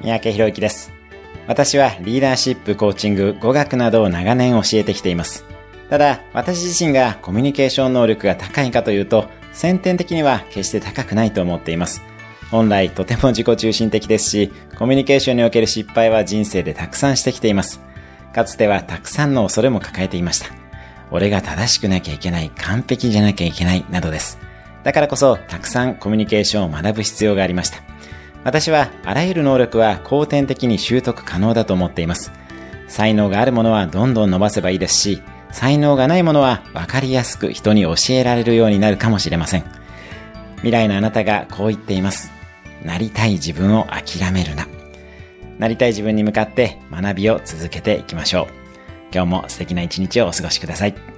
三宅博之です。私はリーダーシップ、コーチング、語学などを長年教えてきています。ただ、私自身がコミュニケーション能力が高いかというと、先天的には決して高くないと思っています。本来とても自己中心的ですし、コミュニケーションにおける失敗は人生でたくさんしてきています。かつてはたくさんの恐れも抱えていました。俺が正しくなきゃいけない、完璧じゃなきゃいけないなどです。だからこそたくさんコミュニケーションを学ぶ必要がありました。私はあらゆる能力は後天的に習得可能だと思っています。才能があるものはどんどん伸ばせばいいですし、才能がないものは分かりやすく人に教えられるようになるかもしれません。未来のあなたがこう言っています。なりたい自分を諦めるな。なりたい自分に向かって学びを続けていきましょう。今日も素敵な一日をお過ごしください。